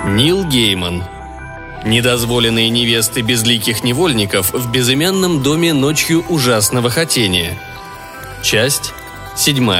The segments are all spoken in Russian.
Нил Гейман. Недозволенные невесты безликих невольников в безымянном доме ночью ужасного хотения. Часть 7.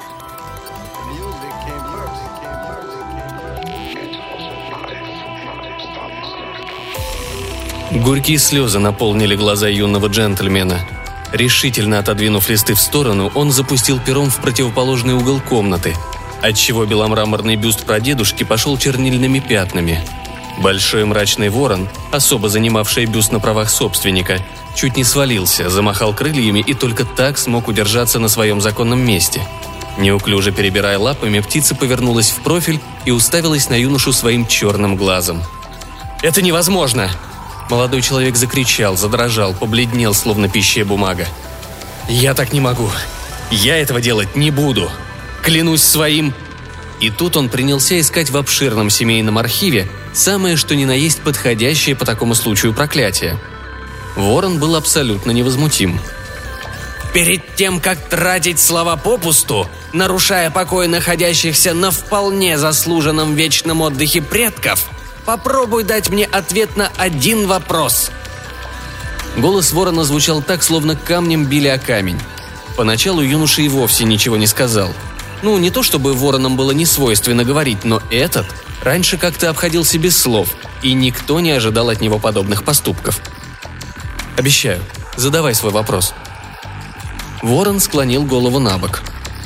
Горькие слезы наполнили глаза юного джентльмена. Решительно отодвинув листы в сторону, он запустил пером в противоположный угол комнаты, отчего беломраморный бюст прадедушки пошел чернильными пятнами. Большой мрачный ворон, особо занимавший бюст на правах собственника, чуть не свалился, замахал крыльями и только так смог удержаться на своем законном месте. Неуклюже перебирая лапами, птица повернулась в профиль и уставилась на юношу своим черным глазом. «Это невозможно!» Молодой человек закричал, задрожал, побледнел, словно пищая бумага. «Я так не могу. Я этого делать не буду. Клянусь своим...» И тут он принялся искать в обширном семейном архиве самое что ни на есть подходящее по такому случаю проклятие. Ворон был абсолютно невозмутим. «Перед тем, как тратить слова попусту, нарушая покой находящихся на вполне заслуженном вечном отдыхе предков, попробуй дать мне ответ на один вопрос». Голос ворона звучал так, словно камнем били о камень. Поначалу юноша и вовсе ничего не сказал. Ну, не то чтобы воронам было не свойственно говорить, но этот раньше как-то обходился без слов, и никто не ожидал от него подобных поступков. «Обещаю, задавай свой вопрос». Ворон склонил голову набок.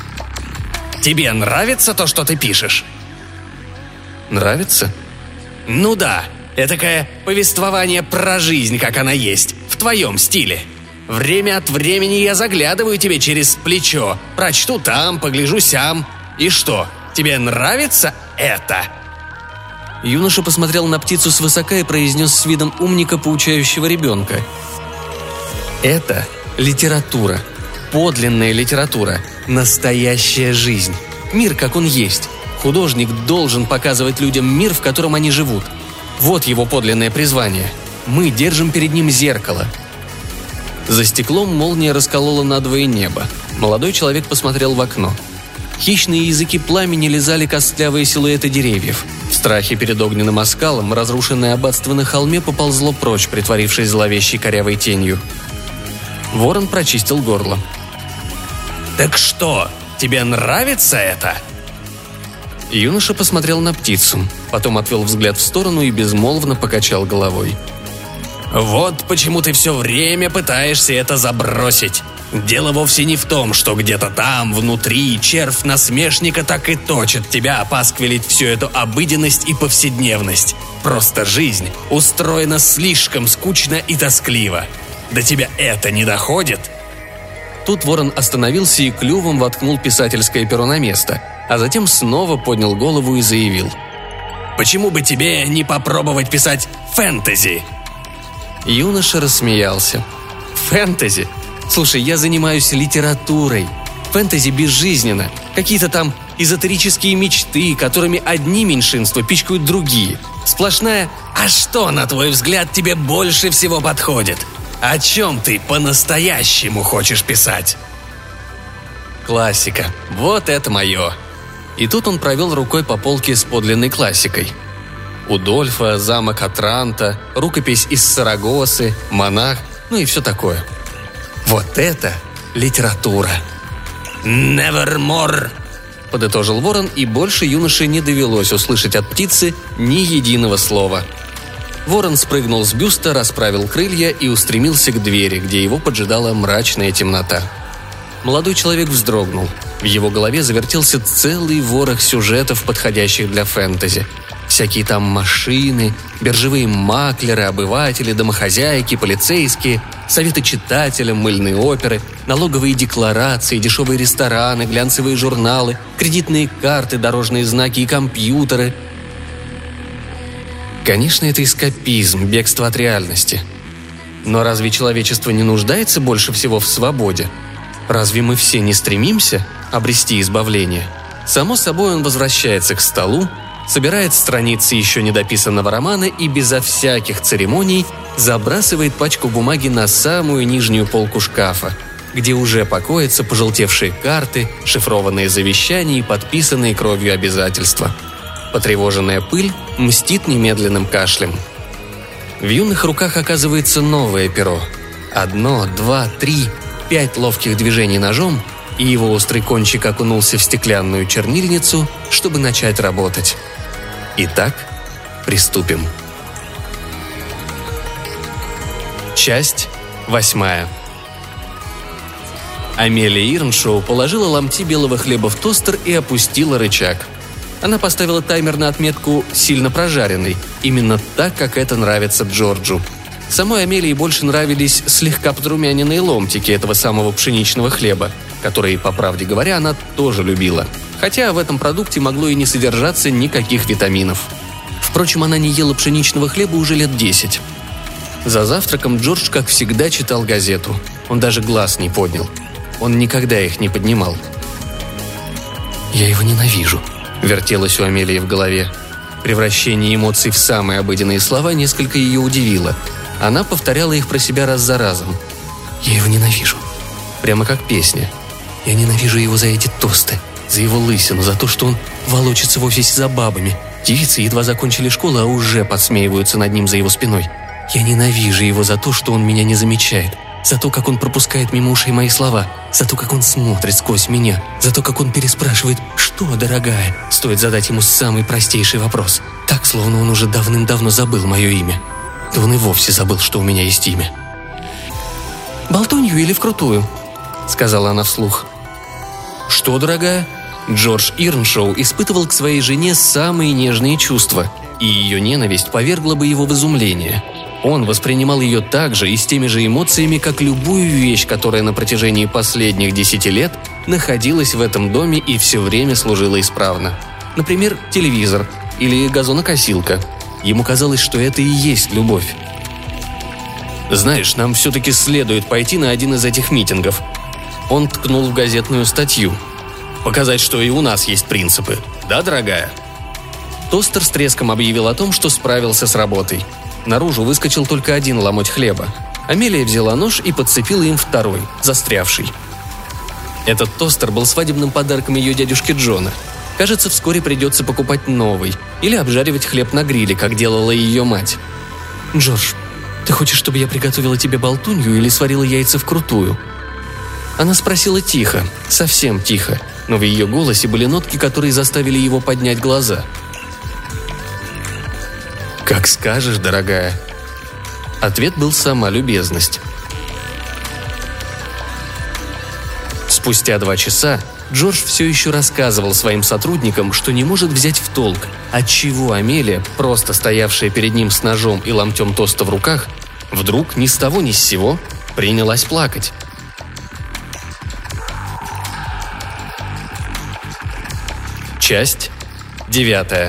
«Тебе нравится то, что ты пишешь?» «Нравится?» «Ну да, этакое повествование про жизнь, как она есть, в твоем стиле. Время от времени я заглядываю тебе через плечо, прочту там, погляжу сям. И что, тебе нравится это?» Юноша посмотрел на птицу свысока и произнес с видом умника, поучающего ребенка. «Это литература, подлинная литература, настоящая жизнь, мир, как он есть. Художник должен показывать людям мир, в котором они живут. Вот его подлинное призвание. Мы держим перед ним зеркало». За стеклом молния расколола надвое небо. Молодой человек посмотрел в окно. Хищные языки пламени лизали костлявые силуэты деревьев. В страхе перед огненным оскалом разрушенное аббатство на холме поползло прочь, притворившись зловещей корявой тенью. Ворон прочистил горло. «Так что, тебе нравится это?» Юноша посмотрел на птицу, потом отвел взгляд в сторону и безмолвно покачал головой. «Вот почему ты все время пытаешься это забросить. Дело вовсе не в том, что где-то там, внутри, червь насмешника так и точит тебя опасквилить всю эту обыденность и повседневность. Просто жизнь устроена слишком скучно и тоскливо. До тебя это не доходит?» Тут ворон остановился и клювом воткнул писательское перо на место, а затем снова поднял голову и заявил. «Почему бы тебе не попробовать писать фэнтези?» Юноша рассмеялся. «Фэнтези? Слушай, я занимаюсь литературой. Фэнтези безжизненно. Какие-то там эзотерические мечты, которыми одни меньшинства пичкают другие. Сплошная «А что, на твой взгляд, тебе больше всего подходит? О чем ты по-настоящему хочешь писать?» Классика. Вот это мое. И тут он провел рукой по полке с подлинной классикой. Удольфа, замок Атранта, рукопись из Сарагосы, монах, ну и все такое. Вот это литература. «Nevermore», — подытожил ворон, и больше юноше не довелось услышать от птицы ни единого слова. Ворон спрыгнул с бюста, расправил крылья и устремился к двери, где его поджидала мрачная темнота. Молодой человек вздрогнул. В его голове завертелся целый ворох сюжетов, подходящих для фэнтези. Всякие там машины, биржевые маклеры, обыватели, домохозяйки, полицейские, советы читателям, мыльные оперы, налоговые декларации, дешевые рестораны, глянцевые журналы, кредитные карты, дорожные знаки и компьютеры. Конечно, это эскапизм, бегство от реальности. Но разве человечество не нуждается больше всего в свободе? Разве мы все не стремимся обрести избавление? Само собой, он возвращается к столу, собирает страницы еще недописанного романа и безо всяких церемоний забрасывает пачку бумаги на самую нижнюю полку шкафа, где уже покоятся пожелтевшие карты, шифрованные завещания и подписанные кровью обязательства. Потревоженная пыль мстит немедленным кашлем. В юных руках оказывается новое перо. 1, 2, 3, 5 ловких движений ножом, и его острый кончик окунулся в стеклянную чернильницу, чтобы начать работать. Итак, приступим. Часть 8. Амелия Ирншоу положила ломти белого хлеба в тостер и опустила рычаг. Она поставила таймер на отметку «сильно прожаренный», именно так, как это нравится Джорджу. Самой Амелии больше нравились слегка подрумяненные ломтики этого самого пшеничного хлеба, которые, по правде говоря, она тоже любила. Хотя в этом продукте могло и не содержаться никаких витаминов. Впрочем, она не ела пшеничного хлеба уже лет 10. За завтраком Джордж, как всегда, читал газету. Он даже глаз не поднял. Он никогда их не поднимал. «Я его ненавижу», — вертелось у Амелии в голове. Превращение эмоций в самые обыденные слова несколько ее удивило. Она повторяла их про себя раз за разом. «Я его ненавижу». Прямо как песня. «Я ненавижу его за эти тосты, за его лысину, за то, что он волочится в офисе за бабами. Девицы едва закончили школу, а уже подсмеиваются над ним за его спиной. Я ненавижу его за то, что он меня не замечает. За то, как он пропускает мимо ушей мои слова, за то, как он смотрит сквозь меня, за то, как он переспрашивает «Что, дорогая?», стоит задать ему самый простейший вопрос. Так, словно он уже давным-давно забыл мое имя. Да он и вовсе забыл, что у меня есть имя. «Болтунью или вкрутую?» — сказала она вслух. «Что, дорогая?» Джордж Ирншоу испытывал к своей жене самые нежные чувства, и ее ненависть повергла бы его в изумление. Он воспринимал ее так же и с теми же эмоциями, как любую вещь, которая на протяжении последних 10 лет находилась в этом доме и все время служила исправно. Например, телевизор или газонокосилка. Ему казалось, что это и есть любовь. «Знаешь, нам все-таки следует пойти на один из этих митингов». Он ткнул в газетную статью. «Показать, что и у нас есть принципы. Да, дорогая?» Тостер с треском объявил о том, что справился с работой. Наружу выскочил только один ломоть хлеба. Амелия взяла нож и подцепила им второй, застрявший. Этот тостер был свадебным подарком ее дядюшки Джона. Кажется, вскоре придется покупать новый или обжаривать хлеб на гриле, как делала ее мать. «Джордж, ты хочешь, чтобы я приготовила тебе болтунью или сварила яйца вкрутую?» Она спросила тихо, совсем тихо, но в ее голосе были нотки, которые заставили его поднять глаза. «Как скажешь, дорогая». Ответ был сама любезность. Спустя 2 часа Джордж все еще рассказывал своим сотрудникам, что не может взять в толк, отчего Амелия, просто стоявшая перед ним с ножом и ломтем тоста в руках, вдруг ни с того ни с сего принялась плакать. Часть 9.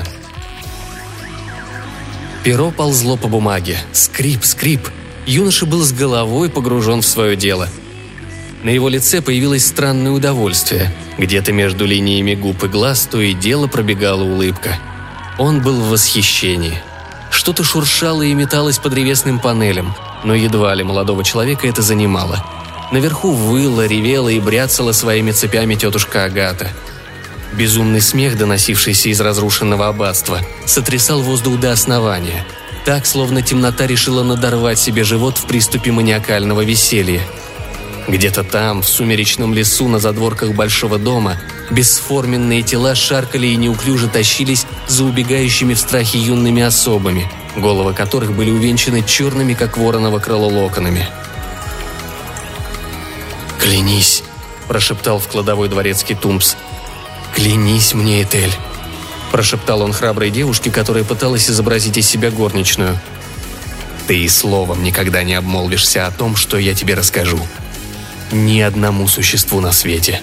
Перо ползло по бумаге. Скрип, скрип. Юноша был с головой погружен в свое дело. На его лице появилось странное удовольствие. Где-то между линиями губ и глаз то и дело пробегала улыбка. Он был в восхищении. Что-то шуршало и металось по древесным панелям, но едва ли молодого человека это занимало. Наверху выла, ревела и бряцала своими цепями тетушка Агата. Безумный смех, доносившийся из разрушенного аббатства, сотрясал воздух до основания. Так, словно темнота решила надорвать себе живот в приступе маниакального веселья. Где-то там, в сумеречном лесу на задворках большого дома, бесформенные тела шаркали и неуклюже тащились за убегающими в страхе юными особами, головы которых были увенчаны черными, как вороново крыло, локонами. «Клянись», – прошептал в кладовой дворецкий Тумпс. «Клянись мне, Этель», – прошептал он храброй девушке, которая пыталась изобразить из себя горничную. «Ты и словом никогда не обмолвишься о том, что я тебе расскажу. Ни одному существу на свете».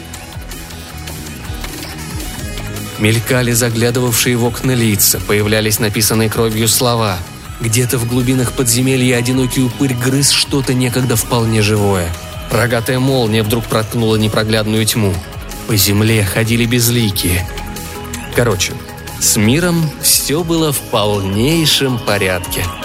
Мелькали заглядывавшие в окна лица, появлялись написанные кровью слова. Где-то в глубинах подземелья одинокий упырь грыз что-то некогда вполне живое. Рогатая молния вдруг проткнула непроглядную тьму. По земле ходили безликие. Короче, с миром все было в полнейшем порядке.